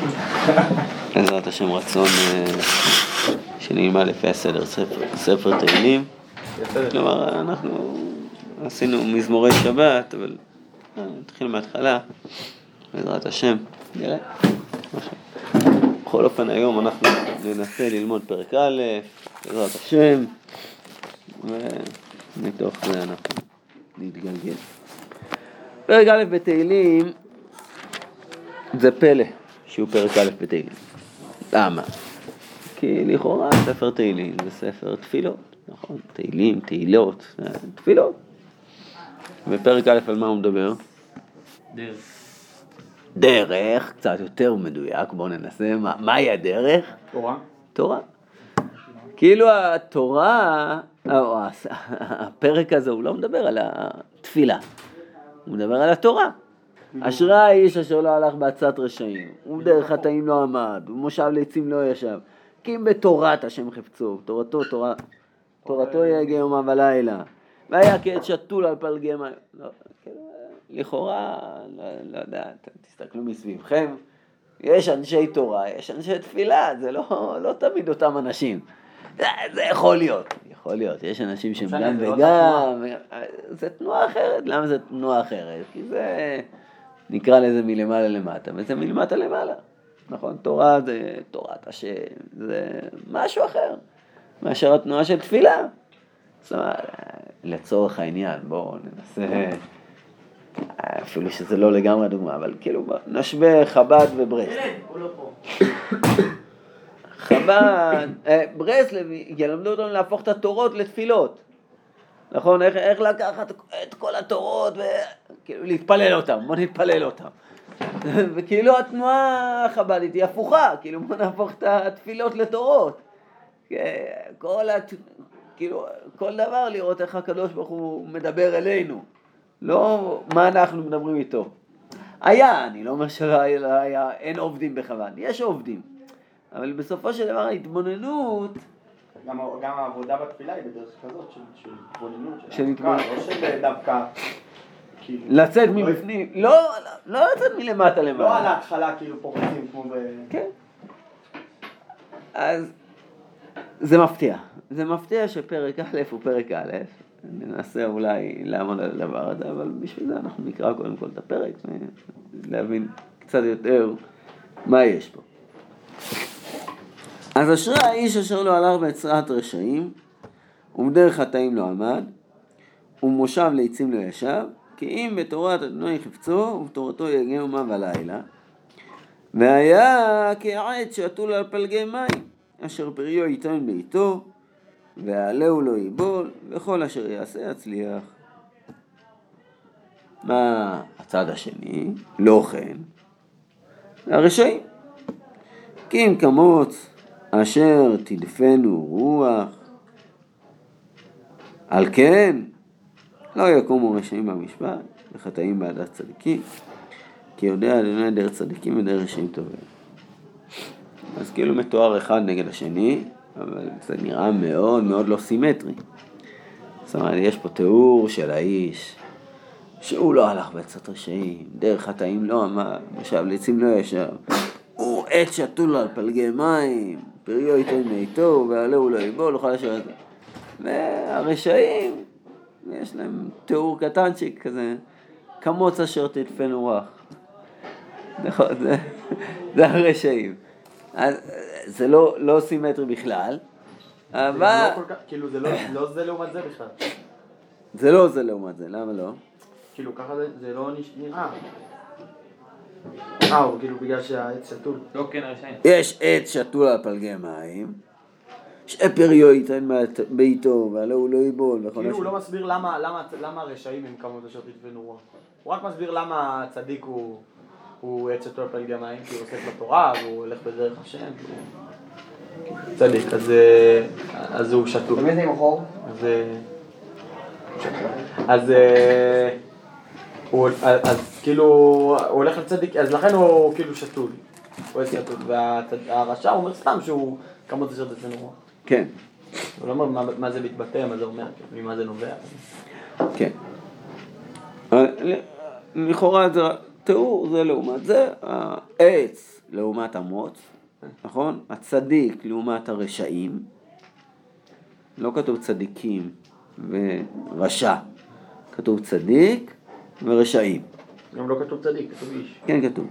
בעזרת השם רצון שנלמד לפי הסדר ספר תהילים. כלומר, אנחנו עשינו מזמורי שבת, אבל נתחיל מההתחלה, בעזרת השם, נראה. בכל אופן היום אנחנו ננסה ללמוד פרק א', בעזרת השם, ומתוך זה אנחנו נתגלגל. פרק א' בתהילים זה פלא שהוא פרק א' בתהילים. למה? כי לכאורה ספר תהילים זה ספר תפילות, נכון? תהילים, תהילות, תפילות. בפרק א' על מה הוא מדבר? דרך, קצת יותר מדויק, בואו ננסה, מהי הדרך? תורה. כאילו התורה, הפרק הזה הוא לא מדבר על התפילה, הוא מדבר על התורה. אשרי האיש אשר לא הלך בעצת רשעים, ובדרך חטאים לא עמד, ומושב לעצים לא ישב, כי אם בתורת השם חפצו, תורתו יגע יומם ולילה, והיה כעת שתול על פלגי מים. לכאורה, לא יודע, תסתכלו מסביבכם, יש אנשי תורה, יש אנשי תפילה, זה לא תמיד אותם אנשים. זה יכול להיות, יש אנשים שהם גם וגם, זה תנועה אחרת. למה זה תנועה אחרת? כי זה נקרא לזה מלמעלה למטה, וזה מלמטה למעלה. נכון? תורה זה תורת השם, זה משהו אחר, מאשר התנועה של תפילה. זאת אומרת, לצורך העניין, בואו ננסה, אפילו שזה לא לגמרי דוגמה, אבל כאילו נשווה חב"ד וברסלב. הוא לא פה. חב"ד, ברסלב ילמדו אותנו להפוך את התורות לתפילות. נכון? איך לקחת את כל התורות וכאילו להתפלל אותם, בוא נתפלל אותם. וכאילו התנועה החב"דית היא הפוכה, כאילו בוא נהפוך את התפילות לתורות. כל דבר לראות איך הקדוש ברוך הוא מדבר אלינו, לא מה אנחנו מדברים איתו. אני לא אומר שלא היה, אין עובדים בחב"ד, יש עובדים, אבל בסופו של דבר ההתבוננות, גם העבודה בתפילה היא בדרך כזאת של התבוננות, לא של דווקא לצאת מבפנים, לא לצאת מלמטה למעלה. לא על ההתחלה כאילו פורצים כמו כן. אז זה מפתיע שפרק א' הוא פרק א', ננסה אולי לעמוד על הדבר הזה, אבל בשביל זה אנחנו נקרא קודם כל את הפרק, להבין קצת יותר מה יש פה. אז אשרי האיש אשר לא הלך בעצת רשעים, ובדרך חטאים לא עמד, ומושב לעצים לא ישב, כי אם בתורת אדוני חפצו, ובתורתו יגע יומם ולילה, והיה כעץ שתול על פלגי מים, אשר פריו ייתן בעיתו, ועלהו לא ייבול, וכל אשר יעשה יצליח. מה הצד השני? לא כן. הרשעים. כי אם כמוץ אשר תדפנו רוח, על כן לא יקומו רשעים במשפט, וחטאים בעדת צדיקים, כי יודע אדוני דרך צדיקים ודרך רשעים טובים. אז כאילו מתואר אחד נגד השני, אבל זה נראה מאוד מאוד לא סימטרי. זאת אומרת, יש פה תיאור של האיש, שהוא לא הלך בעצת רשעים, דרך חטאים לא עמד, מושב לעצים לא ישב, הוא עץ שתול על פלגי מים, פריו ייתן בעיתו, ועלהו לא ייבול, וכל אשר יעשה. והרשעים, יש להם תיאור קטנצ'יק כזה, כמוץ אשר תדפנו רוח. נכון, זה הרשעים. אז זה לא סימטרי בכלל, אבל כאילו זה לא זה לעומת זה בכלל. זה לא זה לעומת זה, למה לא? כאילו ככה זה לא נראה. כאילו בגלל שהעץ שתול. לא כן הרשעים. יש עץ שתול על פלגי מים, שפריו ייתן בעיתו ועלהו לא ייבול. כאילו הוא לא מסביר למה הרשעים הם כמות אשר תדפנו רוח. הוא רק מסביר למה הצדיק הוא עץ שתול על פלגי מים, כי הוא עוסק בתורה והוא הולך בדרך השם. צדיק, אז הוא שתול. תמיד זה עם החור? אז כאילו הוא הולך לצדיק, אז לכן הוא כאילו שתול. הוא עץ שתול, והרשע אומר סתם שהוא כמות אשר תדפנו רוח. כן. הוא לא אומר מה זה מתבטא, מה זה אומר, ממה זה נובע. כן. לכאורה זה תיאור זה לעומת זה, העץ לעומת המוץ, נכון? הצדיק לעומת הרשעים, לא כתוב צדיקים ורשע, כתוב צדיק ורשעים. גם לא כתוב צדיק, כתוב איש. כן, כתוב.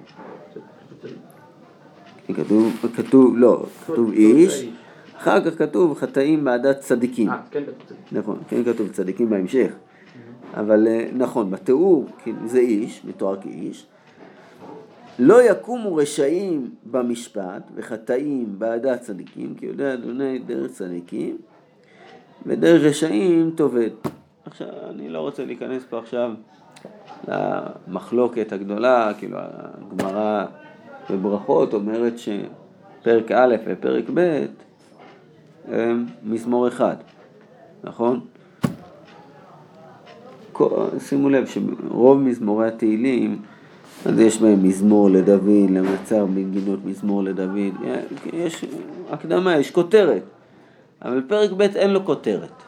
כתוב איש, אחר כך כתוב חטאים בעדת צדיקים. כן כתוב צדיק. נכון, כן כתוב צדיקים בהמשך. אבל נכון, בתיאור זה איש, מתואר כאיש. לא יקומו רשעים במשפט וחטאים בעדת צדיקים, כי יודע אדוני דרך צדיקים ודרך רשעים תאבד. עכשיו, אני לא רוצה להיכנס פה עכשיו למחלוקת הגדולה, כאילו הגמרא בברכות אומרת שפרק א' ופרק ב' הם מזמור אחד, נכון? שימו לב שרוב מזמורי התהילים, אז יש בהם מזמור לדוד, למצר בנגינות מזמור לדוד, יש הקדמה, יש כותרת, אבל פרק ב' אין לו כותרת.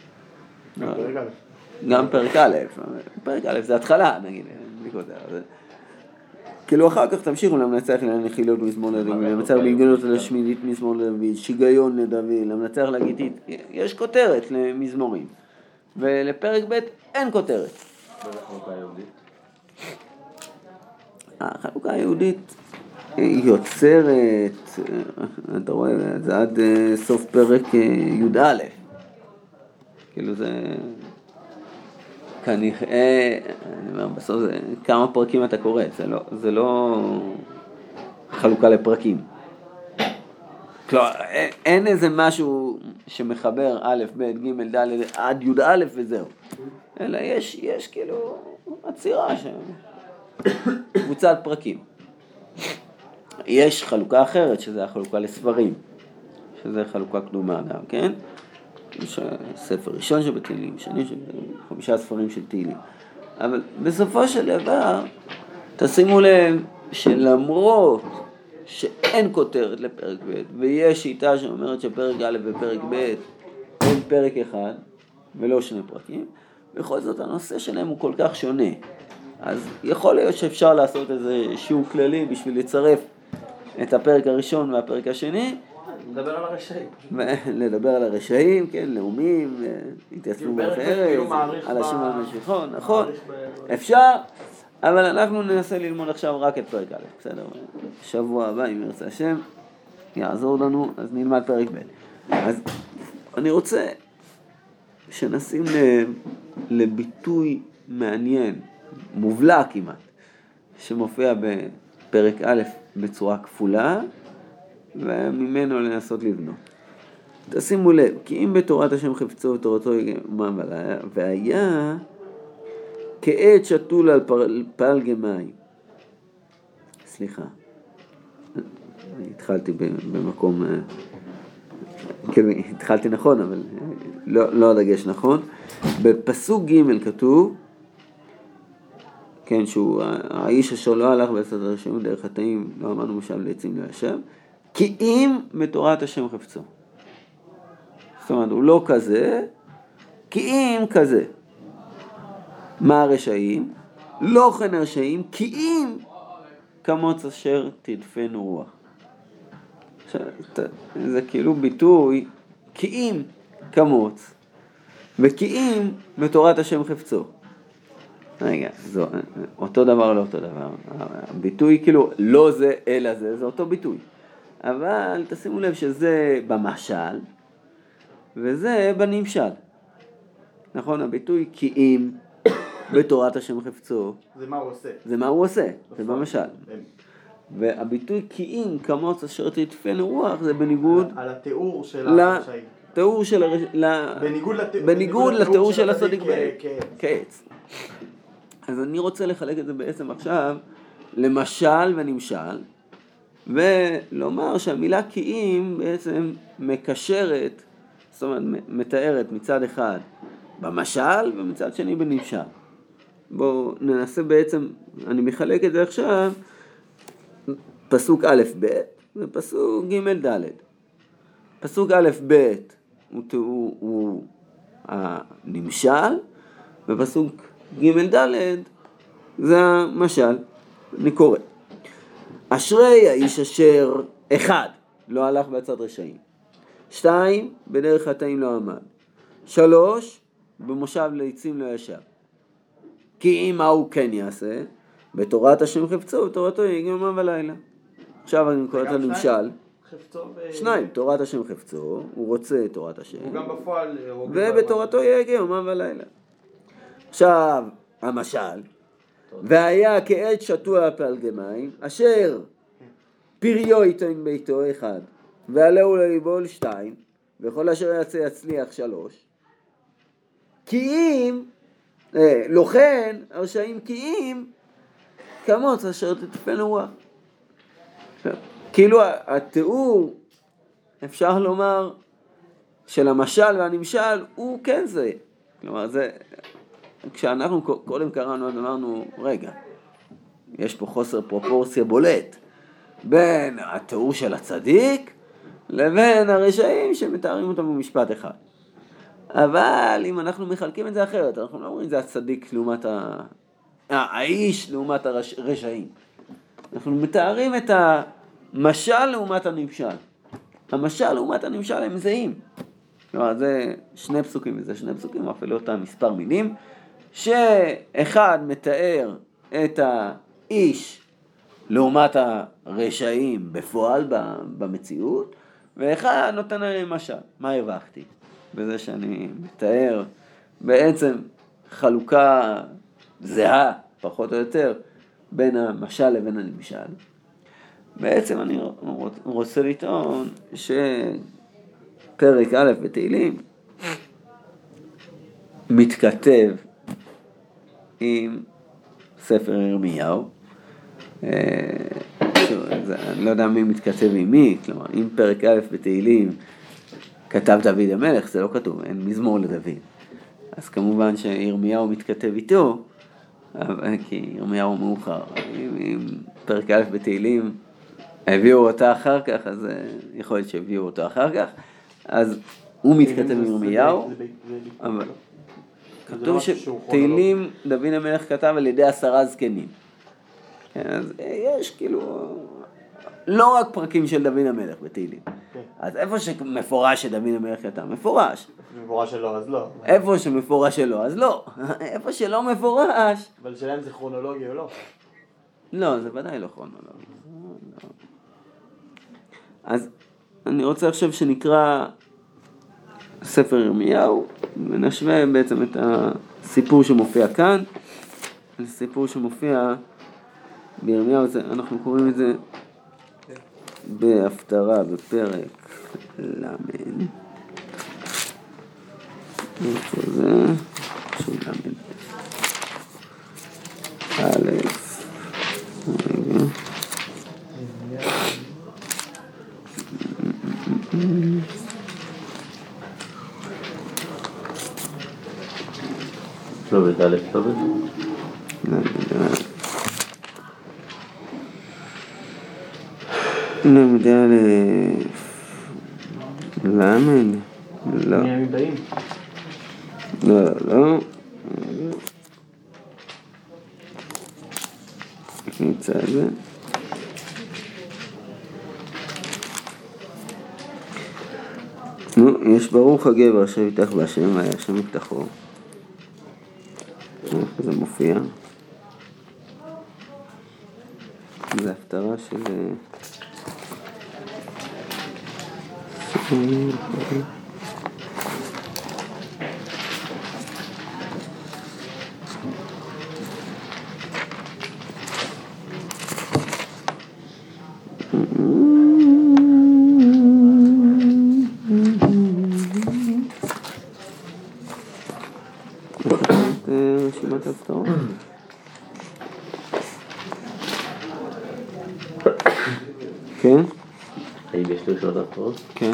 גם פרק א', פרק א' זה התחלה, נגיד, בלי כותרת. כאילו אחר כך תמשיכו למנצח לנחילות מזמור לדוד, למצר בנגינות לשמינית מזמור לדוד, שיגיון לדוד, למנצח לגיתית, יש כותרת למזמורים. ולפרק ב' אין כותרת. החלוקה היהודית? החלוקה היהודית יוצרת, אתה רואה, זה עד סוף פרק י"א. כאילו זה כנראה, אני אומר, בסוף זה כמה פרקים אתה קורא, זה לא חלוקה לפרקים. כלומר, אין איזה משהו שמחבר א', ב', ג', ד' עד י"א וזהו. אלא יש כאילו עצירה שם. קבוצת פרקים. יש חלוקה אחרת, שזה החלוקה לספרים. שזה חלוקה קדומה גם, כן? יש ספר ראשון שבתהילים, שני שבתהילים, 5 ספרים של תהילים. אבל בסופו של דבר, תשימו לב שלמרות שאין כותרת לפרק ב' ויש שיטה שאומרת שפרק א' ופרק ב' הם פרק אחד ולא 2 פרקים, בכל זאת הנושא שלהם הוא כל כך שונה. אז יכול להיות שאפשר לעשות איזה שיעור כללי בשביל לצרף את הפרק הראשון והפרק השני. לדבר על הרשעים. לדבר על הרשעים, כן, לאומים, התייצבו באחרת, על השם המשיכון, נכון, אפשר. אבל אנחנו ננסה ללמוד עכשיו רק את פרק א', בסדר? שבוע הבא, אם ירצה השם, יעזור לנו, אז נלמד פרק ב'. אז אני רוצה שנשים לביטוי מעניין, מובלע כמעט, שמופיע בפרק א' בצורה כפולה, וממנו לנסות לבנות. תשימו לב, כי אם בתורת השם חפצו ותורתו יגמם והיה כעת שתול על פלגי מים. סליחה, התחלתי במקום, כאילו התחלתי נכון, אבל לא הדגש נכון. בפסוק ג' כתוב, כן, שהוא האיש אשר לא הלך בעשת הרשעים דרך חטאים, לא אמרנו משל לעצים לא ישב, כי אם בתורת השם חפצו. זאת אומרת, הוא לא כזה, כי אם כזה. מה הרשעים? לא כן הרשעים, כי אם כמוץ אשר תדפנו רוח. עכשיו, זה כאילו ביטוי, כי אם כמוץ, וכי אם בתורת השם חפצו. רגע, זה אותו דבר לא אותו דבר. הביטוי כאילו לא זה אלא זה אותו ביטוי. אבל תשימו לב שזה במשל, וזה בנמשל. נכון, הביטוי כי אם בתורת השם חפצו. זה מה הוא עושה. זה מה הוא עושה, זה במשל. והביטוי כי אם כמוץ אשר תדפנו רוח זה בניגוד על התיאור של הרשעים. תיאור של בניגוד לתיאור של הצדיק כעץ. אז אני רוצה לחלק את זה בעצם עכשיו למשל ונמשל, ולומר שהמילה כי אם בעצם מקשרת, זאת אומרת מתארת מצד אחד במשל ומצד שני בנמשל. בואו ננסה בעצם, אני מחלק את זה עכשיו, פסוק א' ב' ופסוק ג' ד'. פסוק א' ב' הוא הנמשל, ופסוק ג' ד' זה המשל. אני קורא. אשרי האיש אשר 1. לא הלך בעצת רשעים. 2. בדרך חטאים לא עמד. 3. במושב לעצים לא ישב. כי אם מה הוא כן יעשה? בתורת השם חפצו, בתורתו יהיה יומם ולילה. עכשיו אני קורא את הנמשל. 2. תורת השם חפצו, הוא רוצה את תורת השם. הוא גם בפועל... ובתורתו יהיה יומם ולילה. עכשיו, המשל. והיה כעד שתוע על פלגי מים, אשר פריו ייתן ביתו 1, ועלהו ליבול 2, וכל אשר יצא יצליח 3. כי אם, לא כן, הרשעים כי אם, כמוץ אשר תטפל רוח. כאילו התיאור, אפשר לומר, של המשל והנמשל, הוא כן זה. כלומר, זה, כשאנחנו קודם קראנו, אמרנו, רגע, יש פה חוסר פרופורציה בולט, בין התיאור של הצדיק, לבין הרשעים שמתארים אותם במשפט אחד. אבל אם אנחנו מחלקים את זה אחרת, אנחנו לא אומרים זה הצדיק לעומת האיש לעומת הרשעים. אנחנו מתארים את המשל לעומת הנמשל. המשל לעומת הנמשל הם זהים. כלומר, זה 2 פסוקים וזה 2 פסוקים, אפילו אותם מספר מילים, שאחד מתאר את האיש לעומת הרשעים בפועל במציאות, ואחד נותן להם משל. מה הרווחתי? בזה שאני מתאר בעצם חלוקה זהה, פחות או יותר, בין המשל לבין הנמשל. בעצם אני רוצה לטעון שפרק א' בתהילים מתכתב עם ספר ירמיהו. אני לא יודע מי מתכתב עם מי, כלומר, אם פרק א' בתהילים כתב דוד המלך, זה לא כתוב, אין מזמור לדוד. אז כמובן שירמיהו מתכתב איתו, כי ירמיהו מאוחר. אם פרק א' בתהילים הביאו אותה אחר כך, אז יכול להיות שהביאו אותו אחר כך, אז הוא מתכתב עם ירמיהו, אבל כתוב שתהילים דוד המלך כתב על ידי 10 זקנים. אז יש כאילו לא רק פרקים של דוד המלך בתהילים. אז איפה שמפורש שדוד המלך כתב, מפורש. מפורש שלו, אז לא. איפה שמפורש שלו, אז לא. איפה שלא מפורש. אבל שלהם זה כרונולוגי או לא? לא, זה ודאי לא כרונולוגי. אז אני רוצה עכשיו שנקרא ספר ירמיהו, ונשווה בעצם את הסיפור שמופיע כאן, לסיפור שמופיע בירמיהו. אנחנו קוראים את זה בהפטרה בפרק למד. איפה זה? שוב למד. א', רגע. לא בדלת, לא בדלת. נמדה למד. לא. מי הבאים? לא, לא. איך נמצא את זה? נו, יש ברוך הגבר אשר יבטח בהשם והיה השם יבטחו. איפה זה מופיע? זה הפטרה של... רשימת הפטרות? כן? האם יש לי רשימת הפטרות? כן.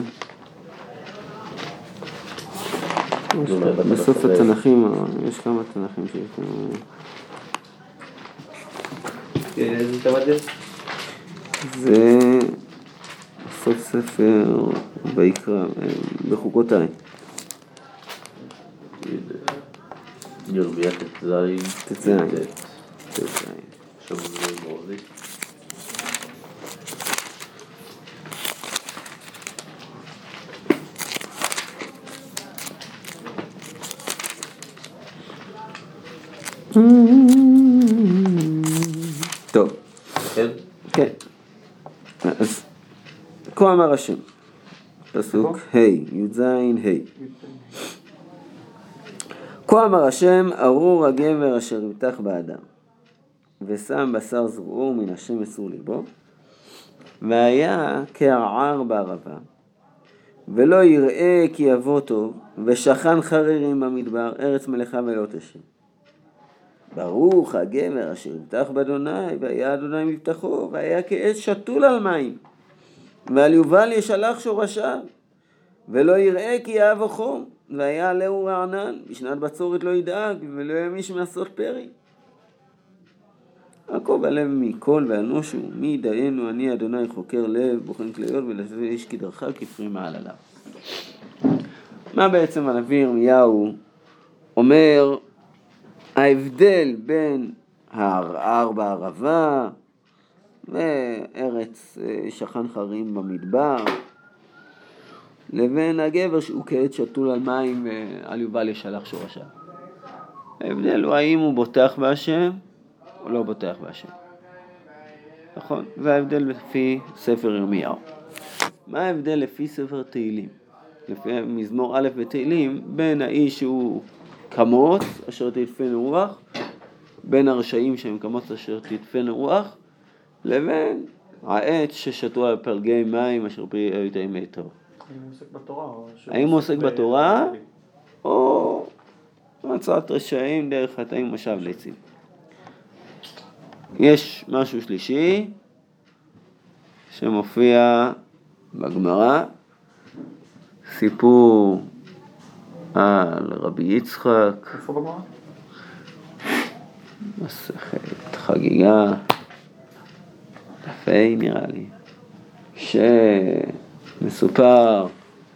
בסוף התנ"כים, יש כמה תנ"כים שיש לנו. איזה תמד זה? זה סוף ספר ויקרא, בחוקותיי. ירמיה ט"ז. ט"ז. שם זה מורזיק. כן? כן. אז כה אמר השם, פסוק ה' י"ז ה'. כה אמר השם, ארור הגבר אשר יבטח באדם, ושם בשר זרועו מן השם אסור ליבו, והיה כערער בערבה, ולא יראה כי יבוא טוב, ושכן חררים במדבר, ארץ מלאכה ולא תשב. ברוך הגבר אשר יבטח באדוני, והיה אדוני מבטחו, והיה כעץ שתול על מים, ועל יובל ישלח שורשיו, ולא יראה כי יאהב חום, והיה עלהו רענן, בשנת בצורת לא ידאג, ולא ימיש מעשות פרי. עקוב הלב מכל ואנושו, מי ידענו אני אדוני חוקר לב, בוחן כליות, ולשווה איש כדרכה כפרי מעל עליו. מה בעצם הנביא ירמיהו אומר? ההבדל בין הערער בערבה וארץ שכן חרים במדבר לבין הגבר שהוא כעץ שתול על מים ועל יובל ישלח שורשיו. ההבדל הוא האם הוא בוטח בהשם או לא בוטח בהשם. נכון? זה ההבדל לפי ספר ירמיהו. מה ההבדל לפי ספר תהילים? לפי מזמור א' בתהילים, בין האיש שהוא כמות אשר תדפנו רוח, בין הרשעים שהם כמות אשר תדפנו רוח, לבין העץ ששתו על פלגי מים אשר פרי היותאים מיתו. האם הוא עוסק בתורה? האם הוא עוסק בתורה או מצאת רשעים דרך חטאים מושב ליצים. יש משהו שלישי שמופיע בגמרא, סיפור על רבי יצחק. איפה בגמרא? מסכת חגיגה, דפי נראה לי, שמסופר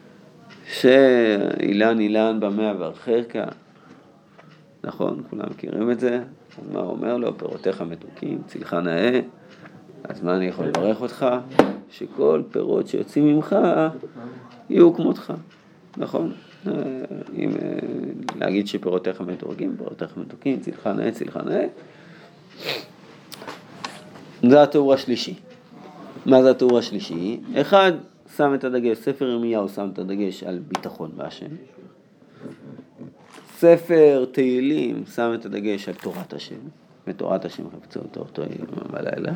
שאילן אילן במאה ואחרקה, נכון, כולם מכירים את זה. מה אומר לו? פירותיך מתוקים, צילך נאה. אז מה אני יכול לברך אותך? שכל פירות שיוצאים ממך יהיו כמותך, נכון? אם להגיד שפירותיך מתוקים, פירותיך מתוקים, צילך נאה, צילך נאה. זה התיאור השלישי. מה זה התיאור השלישי? אחד שם את הדגש, ספר ירמיהו שם את הדגש על ביטחון בהשם. ספר תהילים שם את הדגש על תורת השם, ותורת השם חפצו אותו בלילה.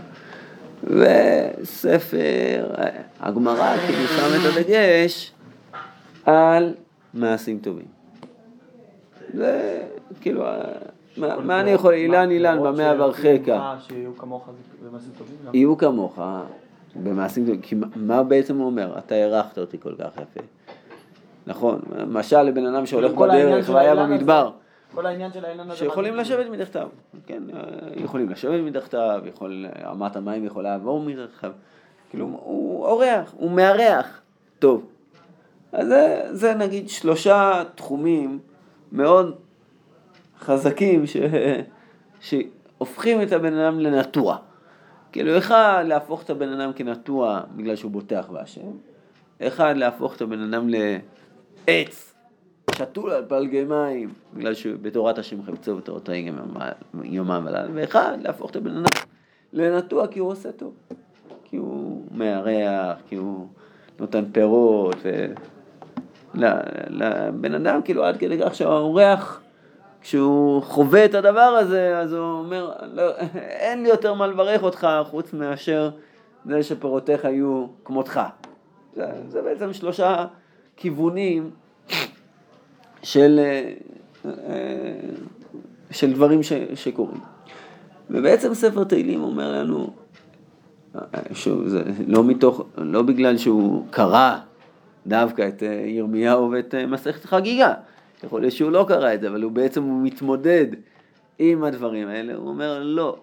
וספר הגמרא כאילו שם את הדגש על מעשים טובים. זה כאילו, מה אני יכול, אילן במאה וארחקה. שיהיו כמוך במעשים טובים? יהיו כמוך במעשים טובים, כי מה בעצם הוא אומר? אתה הערכת אותי כל כך יפה. נכון, משל לבן אדם שהולך בדרך והיה במדבר. כל העניין של העניין הזה. שיכולים לשבת מתחתיו, כן, יכולים לשבת מתחתיו, אמת המים יכול לעבור מתחתיו, כאילו הוא אורח, הוא מארח, טוב. אז זה נגיד 3 תחומים מאוד חזקים שהופכים את הבן אדם לנטוע. כאילו אחד להפוך את הבן אדם כנטוע בגלל שהוא בוטח בהשם, אחד להפוך את הבן אדם לעץ שתול על פלגי מים בגלל שבתורת השם חפצו ותורתו יומם ולילה, ואחד להפוך את הבן אדם לנטוע כי הוא עושה טוב, כי הוא מארח, כי הוא נותן פירות, לבן אדם כאילו עד כדי כך שהאורח כשהוא חווה את הדבר הזה אז הוא אומר לא, אין לי יותר מה לברך אותך חוץ מאשר זה שפירותיך יהיו כמותך. זה בעצם 3 כיוונים של דברים שקורים. ובעצם ספר תהילים אומר לנו, שוב, זה לא בגלל שהוא קרא דווקא את ירמיהו ואת מסכת חגיגה, יכול להיות שהוא לא קרא את זה, אבל הוא בעצם מתמודד עם הדברים האלה. הוא אומר לא,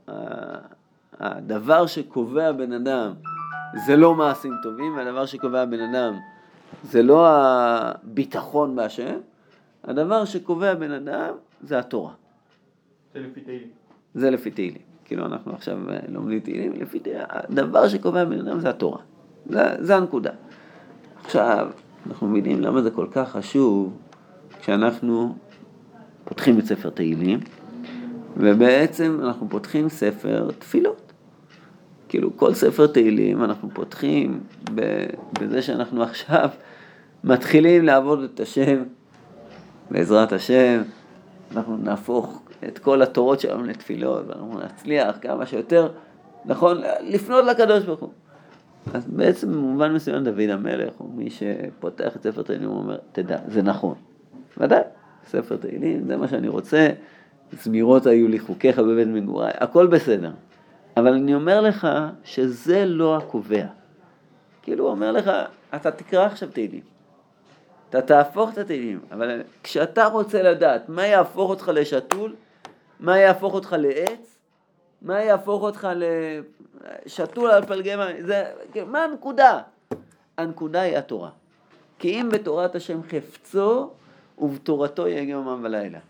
הדבר שקובע בן אדם זה לא מעשים טובים, והדבר שקובע בן אדם זה לא הביטחון בהשם, הדבר שקובע בן אדם זה התורה. זה לפי תהילים. זה לפי תהילים. כאילו אנחנו עכשיו לומדים תהילים, לפי תהילים, הדבר שקובע בן אדם זה התורה. זה הנקודה. עכשיו, אנחנו מבינים למה זה כל כך חשוב כשאנחנו פותחים את ספר תהילים, ובעצם אנחנו פותחים ספר תפילות. כאילו כל ספר תהילים אנחנו פותחים בזה שאנחנו עכשיו מתחילים לעבוד את השם, בעזרת השם, אנחנו נהפוך את כל התורות שלנו לתפילות, ואנחנו נצליח כמה שיותר, נכון, לפנות לקדוש ברוך הוא. אז בעצם במובן מסוים דוד המלך, הוא מי שפותח את ספר תהילים, הוא אומר, תדע, זה נכון. ודאי, ספר תהילים, זה מה שאני רוצה, זמירות היו לי חוקיך בבית מגוריי, הכל בסדר. אבל אני אומר לך שזה לא הקובע. כאילו הוא אומר לך, אתה תקרא עכשיו תהילים. אתה תהפוך את התהילים, אבל כשאתה רוצה לדעת מה יהפוך אותך לשתול, מה יהפוך אותך לעץ, מה יהפוך אותך לשתול על פלגי מים, מה הנקודה? הנקודה היא התורה. כי אם בתורת השם חפצו, ובתורתו יהיה יומם ולילה.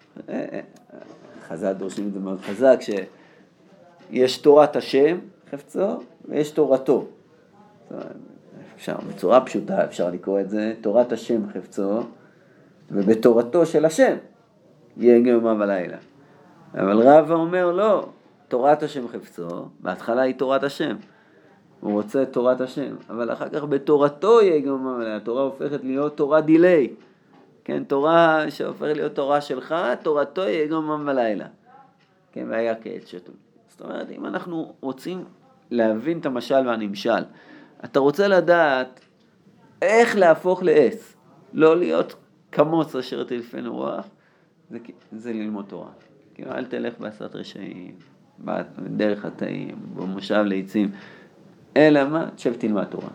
חז"ל דורשים את זה מאוד חזק, שיש תורת השם חפצו, ויש תורתו. אפשר, בצורה פשוטה אפשר לקרוא את זה, תורת השם חפצו, ובתורתו של השם יהיה יומם ולילה. אבל רבא אומר לא, תורת השם חפצו, בהתחלה היא תורת השם. הוא רוצה את תורת השם, אבל אחר כך בתורתו יהיה יומם ולילה. התורה הופכת להיות תורה דילי. כן, תורה שהופכת להיות תורה שלך, תורתו יהיה יומם ולילה. כן, והיה כעת שתול. זאת אומרת, אם אנחנו רוצים להבין את המשל והנמשל, אתה רוצה לדעת איך להפוך לעץ, לא להיות כמוץ אשר תלפנו רוח, זה ללמוד תורה. כאילו, אל תלך בעשרת רשעים, בדרך חטאים, במושב לעצים, אלא מה? תשב תלמד תורה.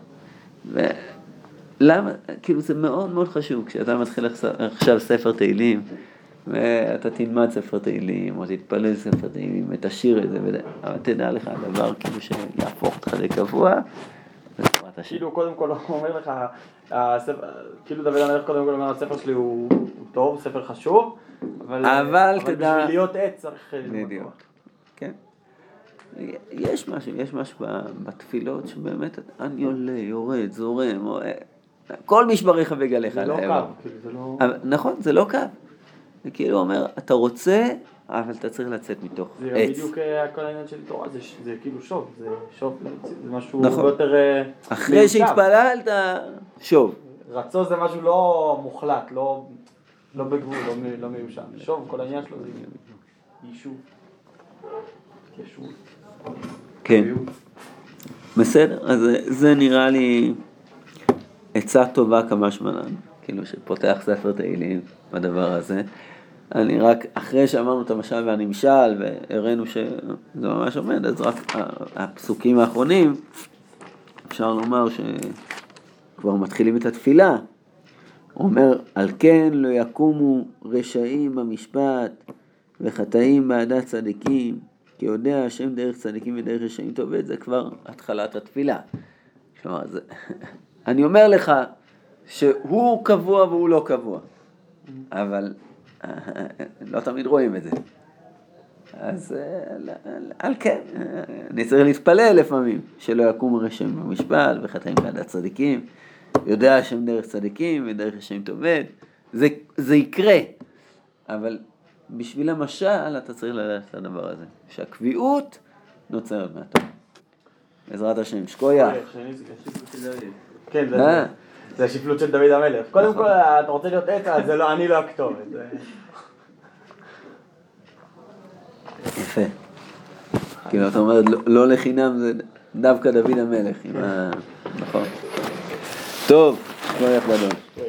ולמה? כאילו זה מאוד מאוד חשוב, כשאתה מתחיל עכשיו ספר תהילים, ואתה תלמד ספר תהילים, או תתפלל ספר תהילים, ותשאיר את זה, אבל תדע לך הדבר כאילו שיהפוך אותך לקבוע, כאילו קודם כל הוא אומר לך, כאילו דוד המלך קודם כל אומר, הספר שלי הוא טוב, ספר חשוב, אבל תדע, בשביל להיות עץ צריך בדיוק, כן. יש משהו בתפילות שבאמת אני עולה, יורד, זורם, כל משבריך וגליך. זה לא קו, זה לא... נכון, זה לא קו. זה כאילו אומר, אתה רוצה, אבל אתה צריך לצאת מתוך עץ. זה בדיוק כל העניין של תורה, זה כאילו שוב, זה משהו הרבה יותר... אחרי שהתפללת, שוב. רצו זה משהו לא מוחלט, לא בגבול, לא מיושן. שוב, כל העניין שלו זה יישוב. ישוב. כן. בסדר, אז זה נראה לי עצה טובה כמה שמלן, כאילו שפותח ספר תהילים בדבר הזה. אני רק, אחרי שאמרנו את המשל והנמשל, והראינו שזה ממש עומד, אז רק הפסוקים האחרונים, אפשר לומר שכבר מתחילים את התפילה. הוא אומר, על כן לא יקומו רשעים במשפט, וחטאים בעדת צדיקים, כי יודע השם דרך צדיקים ודרך רשעים טובת, זה כבר התחלת התפילה. כלומר, אני אומר לך שהוא קבוע והוא לא קבוע, אבל לא תמיד רואים את זה. אז על כן, אני צריך להתפלל לפעמים, שלא יקום רשעים במשפט וחטאים בעדת צדיקים, יודע השם דרך צדיקים ודרך רשעים טובת, זה יקרה, אבל בשביל המשל אתה צריך לדעת את הדבר הזה, שהקביעות נוצרת מהתורה. בעזרת השם, שקויה. כן, זה השפלות של דוד המלך. קודם כל, אתה רוצה להיות עץ, אז אני לא הכתובת. יפה. כאילו, אתה אומר, לא לחינם, זה דווקא דוד המלך. נכון. טוב, שקויה גדול.